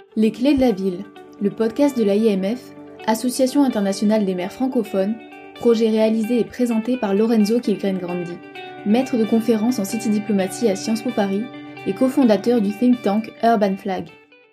Les clés de la ville, le podcast de l'AIMF, Association internationale des maires francophones, projet réalisé et présenté par Lorenzo Kilgren-Grandi, maître de conférences en City Diplomatie à Sciences Po Paris et cofondateur du think tank Urban Flag.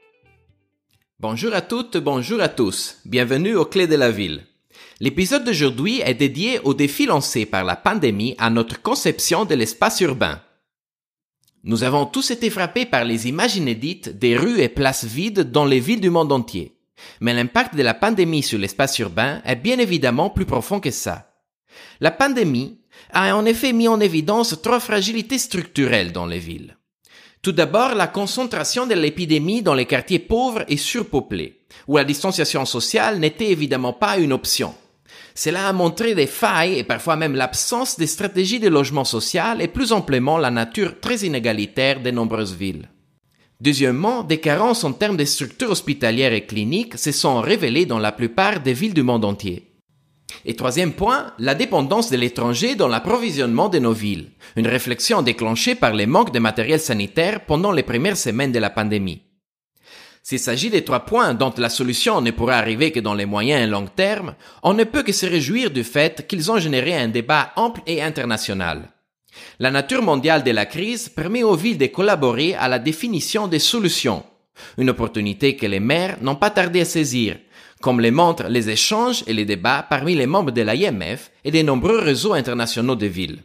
Bonjour à toutes, bonjour à tous. Bienvenue aux Clés de la ville. L'épisode d'aujourd'hui est dédié au défi lancé par la pandémie à notre conception de l'espace urbain. Nous avons tous été frappés par les images inédites des rues et places vides dans les villes du monde entier. Mais l'impact de la pandémie sur l'espace urbain est bien évidemment plus profond que ça. La pandémie a en effet mis en évidence trois fragilités structurelles dans les villes. Tout d'abord, la concentration de l'épidémie dans les quartiers pauvres et surpeuplés, où la distanciation sociale n'était évidemment pas une option. Cela a montré des failles et parfois même l'absence des stratégies de logement social et plus amplement la nature très inégalitaire de nombreuses villes. Deuxièmement, des carences en termes de structures hospitalières et cliniques se sont révélées dans la plupart des villes du monde entier. Et troisième point, la dépendance de l'étranger dans l'approvisionnement de nos villes, une réflexion déclenchée par les manques de matériel sanitaire pendant les premières semaines de la pandémie. S'il s'agit des trois points dont la solution ne pourra arriver que dans les moyens et long terme, on ne peut que se réjouir du fait qu'ils ont généré un débat ample et international. La nature mondiale de la crise permet aux villes de collaborer à la définition des solutions, une opportunité que les maires n'ont pas tardé à saisir, comme le montrent les échanges et les débats parmi les membres de l'AIMF et des nombreux réseaux internationaux de villes.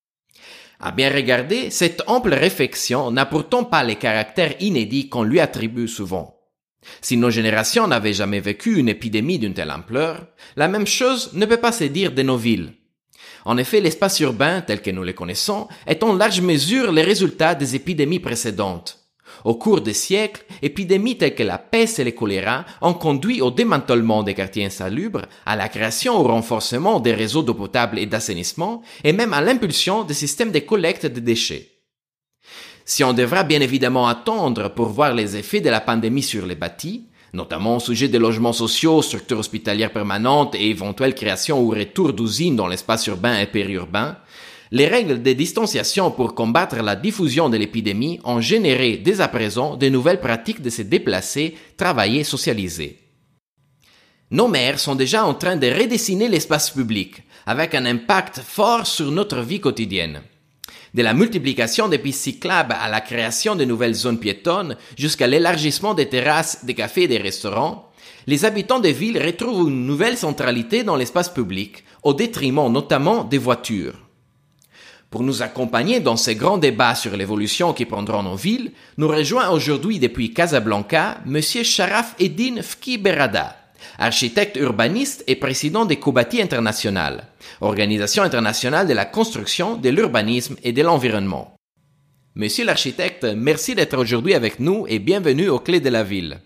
À bien regarder, cette ample réflexion n'a pourtant pas les caractères inédits qu'on lui attribue souvent. Si nos générations n'avaient jamais vécu une épidémie d'une telle ampleur, la même chose ne peut pas se dire de nos villes. En effet, l'espace urbain, tel que nous le connaissons, est en large mesure le résultat des épidémies précédentes. Au cours des siècles, épidémies telles que la peste et le choléra ont conduit au démantèlement des quartiers insalubres, à la création ou au renforcement des réseaux d'eau potable et d'assainissement, et même à l'impulsion des systèmes de collecte de déchets. Si on devra bien évidemment attendre pour voir les effets de la pandémie sur les bâtis, notamment au sujet des logements sociaux, structures hospitalières permanentes et éventuelle création ou retour d'usines dans l'espace urbain et périurbain, les règles de distanciation pour combattre la diffusion de l'épidémie ont généré dès à présent de nouvelles pratiques de se déplacer, travailler, socialiser. Nos maires sont déjà en train de redessiner l'espace public, avec un impact fort sur notre vie quotidienne. De la multiplication des pistes cyclables à la création de nouvelles zones piétonnes, jusqu'à l'élargissement des terrasses, des cafés et des restaurants, les habitants des villes retrouvent une nouvelle centralité dans l'espace public, au détriment notamment des voitures. Pour nous accompagner dans ces grands débats sur l'évolution qui prendront nos villes, nous rejoint aujourd'hui depuis Casablanca M. Sharaf Eddine Fki Berada, architecte urbaniste et président de Cobati International, organisation internationale de la construction, de l'urbanisme et de l'environnement. Monsieur l'architecte, merci d'être aujourd'hui avec nous et bienvenue aux Clés de la ville.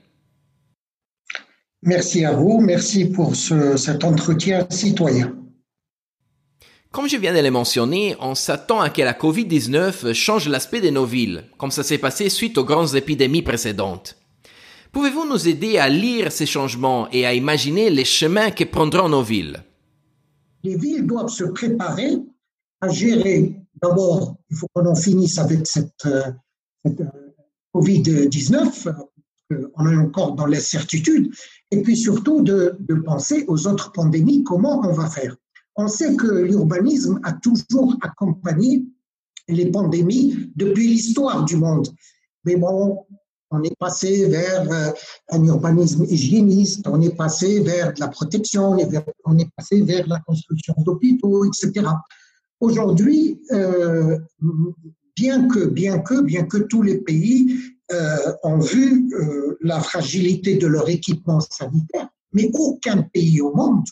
Merci à vous, merci pour cet entretien citoyen. Comme je viens de le mentionner, on s'attend à que la COVID-19 change l'aspect de nos villes, comme ça s'est passé suite aux grandes épidémies précédentes. Pouvez-vous nous aider à lire ces changements et à imaginer les chemins que prendront nos villes? Les villes doivent se préparer à gérer. D'abord, il faut qu'on en finisse avec cette COVID-19, on est encore dans l'incertitude, et puis surtout de penser aux autres pandémies, comment on va faire. On sait que l'urbanisme a toujours accompagné les pandémies depuis l'histoire du monde. Mais bon, on est passé vers un urbanisme hygiéniste, on est passé vers de la protection, on est passé vers la construction d'hôpitaux, etc. Aujourd'hui, bien que tous les pays ont vu la fragilité de leur équipement sanitaire, mais aucun pays au monde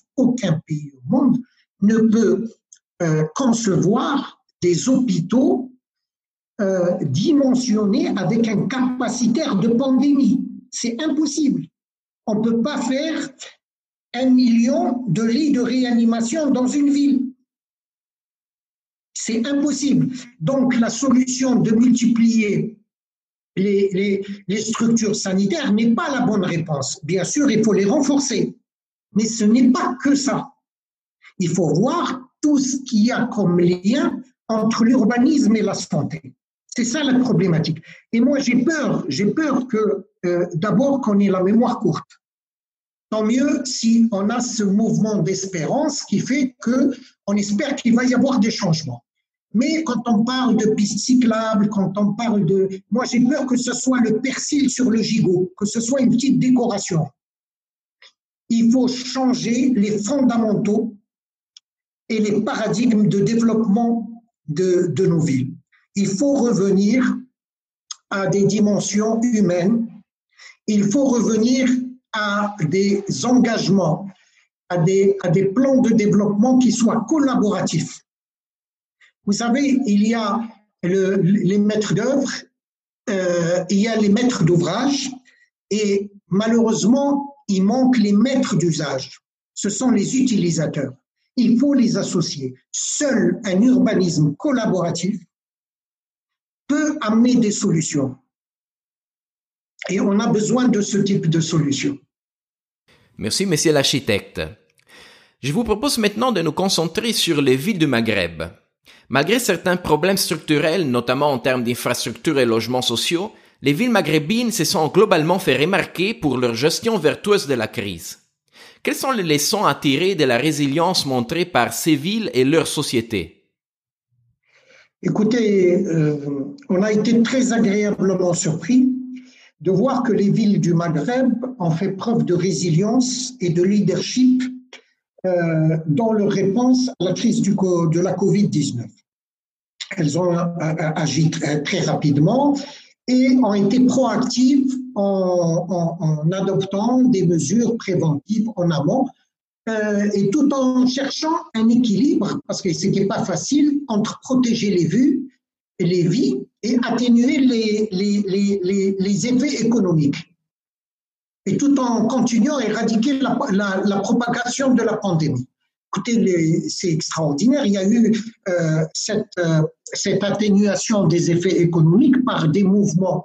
ne peut concevoir des hôpitaux dimensionnés avec un capacitaire de pandémie. C'est impossible. On ne peut pas faire 1 million de lits de réanimation dans une ville. C'est impossible. Donc, la solution de multiplier les structures sanitaires n'est pas la bonne réponse. Bien sûr, il faut les renforcer. Mais ce n'est pas que ça. Il faut voir tout ce qu'il y a comme lien entre l'urbanisme et la santé. C'est ça la problématique. Et moi, j'ai peur que d'abord qu'on ait la mémoire courte. Tant mieux si on a ce mouvement d'espérance qui fait qu'on espère qu'il va y avoir des changements. Mais quand on parle de pistes cyclables, quand on parle de... Moi, j'ai peur que ce soit le persil sur le gigot, que ce soit une petite décoration. Il faut changer les fondamentaux et les paradigmes de développement de nos villes. Il faut revenir à des dimensions humaines. Il faut revenir à des engagements, à des plans de développement qui soient collaboratifs. Vous savez, il y a les maîtres d'œuvre, il y a les maîtres d'ouvrage, et malheureusement, il manque les maîtres d'usage. Ce sont les utilisateurs. Il faut les associer. Seul un urbanisme collaboratif peut amener des solutions. Et on a besoin de ce type de solutions. Merci, monsieur l'architecte. Je vous propose maintenant de nous concentrer sur les villes du Maghreb. Malgré certains problèmes structurels, notamment en termes d'infrastructures et logements sociaux, les villes maghrébines se sont globalement fait remarquer pour leur gestion vertueuse de la crise. Quelles sont les leçons à tirer de la résilience montrée par ces villes et leurs sociétés? Écoutez, on a été très agréablement surpris de voir que les villes du Maghreb ont fait preuve de résilience et de leadership dans leur réponse à la crise de la Covid-19. Elles ont agi très rapidement et ont été proactives en adoptant des mesures préventives en amont et tout en cherchant un équilibre, parce que ce n'était pas facile, entre protéger les vies et atténuer les effets économiques. Et tout en continuant à éradiquer la propagation de la pandémie. Écoutez, c'est extraordinaire. Il y a eu cette atténuation des effets économiques par des mouvements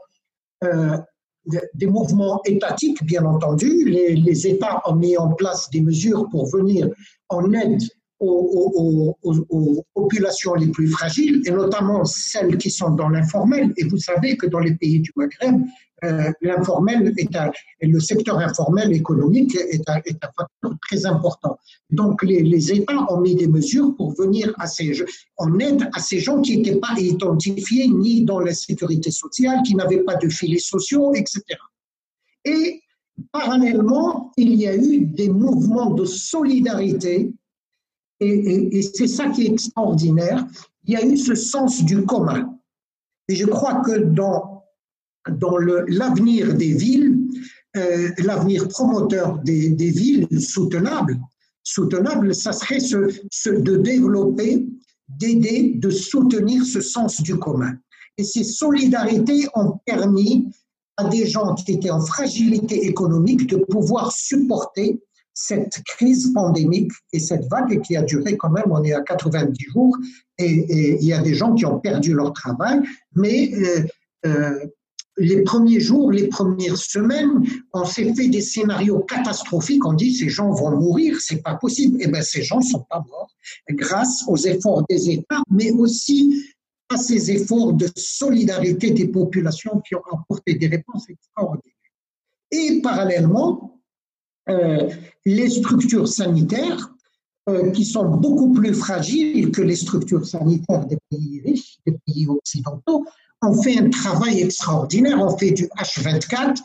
étatiques, bien entendu. Les États ont mis en place des mesures pour venir en aide aux populations les plus fragiles, et notamment celles qui sont dans l'informel. Et vous savez que dans les pays du Maghreb, l'informel le secteur informel économique est un facteur très important. Donc les États ont mis des mesures pour venir en aide à ces gens qui n'étaient pas identifiés ni dans la sécurité sociale, qui n'avaient pas de filets sociaux, etc. Et parallèlement, il y a eu des mouvements de solidarité, et c'est ça qui est extraordinaire. Il y a eu ce sens du commun. Et je crois que dans l'avenir des villes, l'avenir promoteur des villes soutenables, ça serait de développer, d'aider, de soutenir ce sens du commun. Et ces solidarités ont permis à des gens qui étaient en fragilité économique de pouvoir supporter cette crise pandémique et cette vague qui a duré quand même, on est à 90 jours, et il y a des gens qui ont perdu leur travail, mais les premiers jours, les premières semaines, on s'est fait des scénarios catastrophiques. On dit ces gens vont mourir, c'est pas possible. Eh bien, ces gens ne sont pas morts grâce aux efforts des États, mais aussi à ces efforts de solidarité des populations qui ont apporté des réponses extraordinaires. Et parallèlement, les structures sanitaires qui sont beaucoup plus fragiles que les structures sanitaires des pays riches, des pays occidentaux, ont fait un travail extraordinaire, ont fait du H24.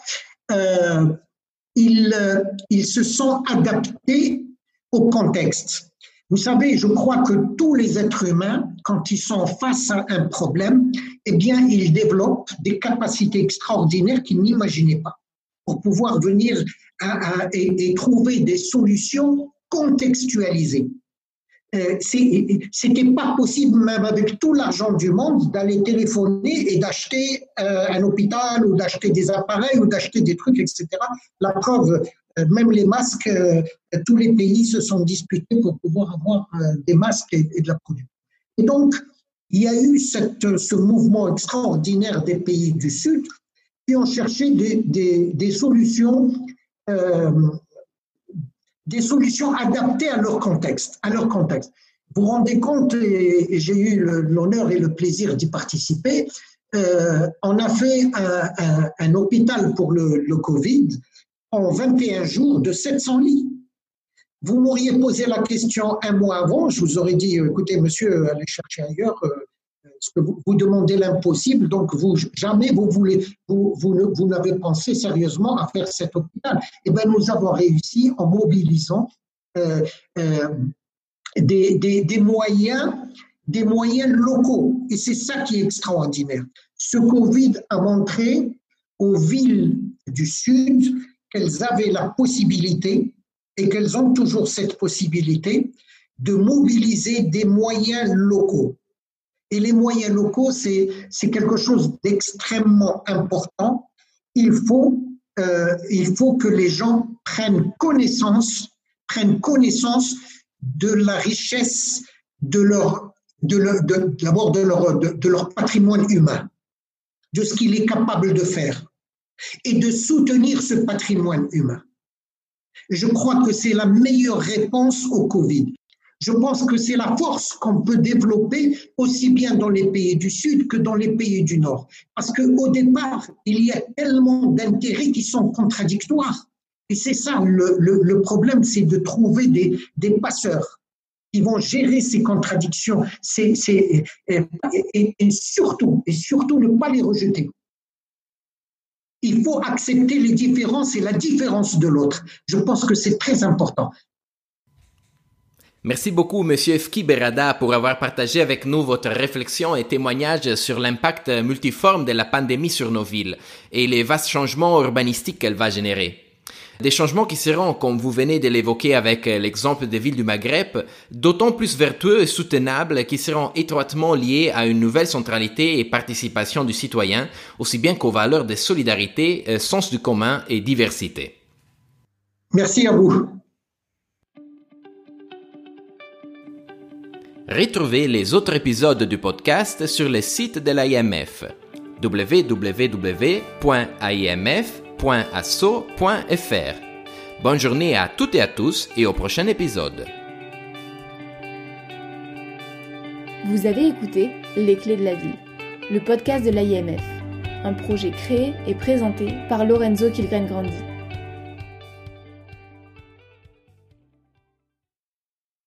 Ils se sont adaptés au contexte. Vous savez, je crois que tous les êtres humains, quand ils sont face à un problème, eh bien, ils développent des capacités extraordinaires qu'ils n'imaginaient pas pour pouvoir venir et trouver des solutions contextualisées. C'était pas possible, même avec tout l'argent du monde, d'aller téléphoner et d'acheter un hôpital ou d'acheter des appareils ou d'acheter des trucs, etc. La preuve, même les masques, tous les pays se sont disputés pour pouvoir avoir des masques et de la production. Et donc, il y a eu ce mouvement extraordinaire des pays du Sud qui ont cherché des solutions adaptées à leur contexte. Vous vous rendez compte, et j'ai eu l'honneur et le plaisir d'y participer, on a fait un hôpital pour le Covid en 21 jours de 700 lits. Vous m'auriez posé la question un mois avant, je vous aurais dit, écoutez, monsieur, allez chercher ailleurs, parce que vous demandez l'impossible, donc jamais vous n'avez pensé sérieusement à faire cet hôpital. Eh bien, nous avons réussi en mobilisant des moyens locaux. Et c'est ça qui est extraordinaire. Ce Covid a montré aux villes du Sud qu'elles avaient la possibilité, et qu'elles ont toujours cette possibilité, de mobiliser des moyens locaux. Et les moyens locaux, c'est quelque chose d'extrêmement important. Il faut que les gens prennent connaissance de la richesse de leur patrimoine humain, de ce qu'il est capable de faire, et de soutenir ce patrimoine humain. Je crois que c'est la meilleure réponse au Covid. Je pense que c'est la force qu'on peut développer aussi bien dans les pays du Sud que dans les pays du Nord. Parce qu'au départ, il y a tellement d'intérêts qui sont contradictoires. Et c'est ça, le problème, c'est de trouver des passeurs qui vont gérer ces contradictions et surtout ne pas les rejeter. Il faut accepter les différences et la différence de l'autre. Je pense que c'est très important. Merci beaucoup, Monsieur Fki Berada, pour avoir partagé avec nous votre réflexion et témoignage sur l'impact multiforme de la pandémie sur nos villes et les vastes changements urbanistiques qu'elle va générer. Des changements qui seront, comme vous venez de l'évoquer avec l'exemple des villes du Maghreb, d'autant plus vertueux et soutenables qui seront étroitement liés à une nouvelle centralité et participation du citoyen, aussi bien qu'aux valeurs de solidarité, sens du commun et diversité. Merci à vous. Retrouvez les autres épisodes du podcast sur le site de l'AIMF, www.aimf.asso.fr. Bonne journée à toutes et à tous et au prochain épisode. Vous avez écouté Les Clés de la Ville, le podcast de l'AIMF, un projet créé et présenté par Lorenzo Kilgren Grandi.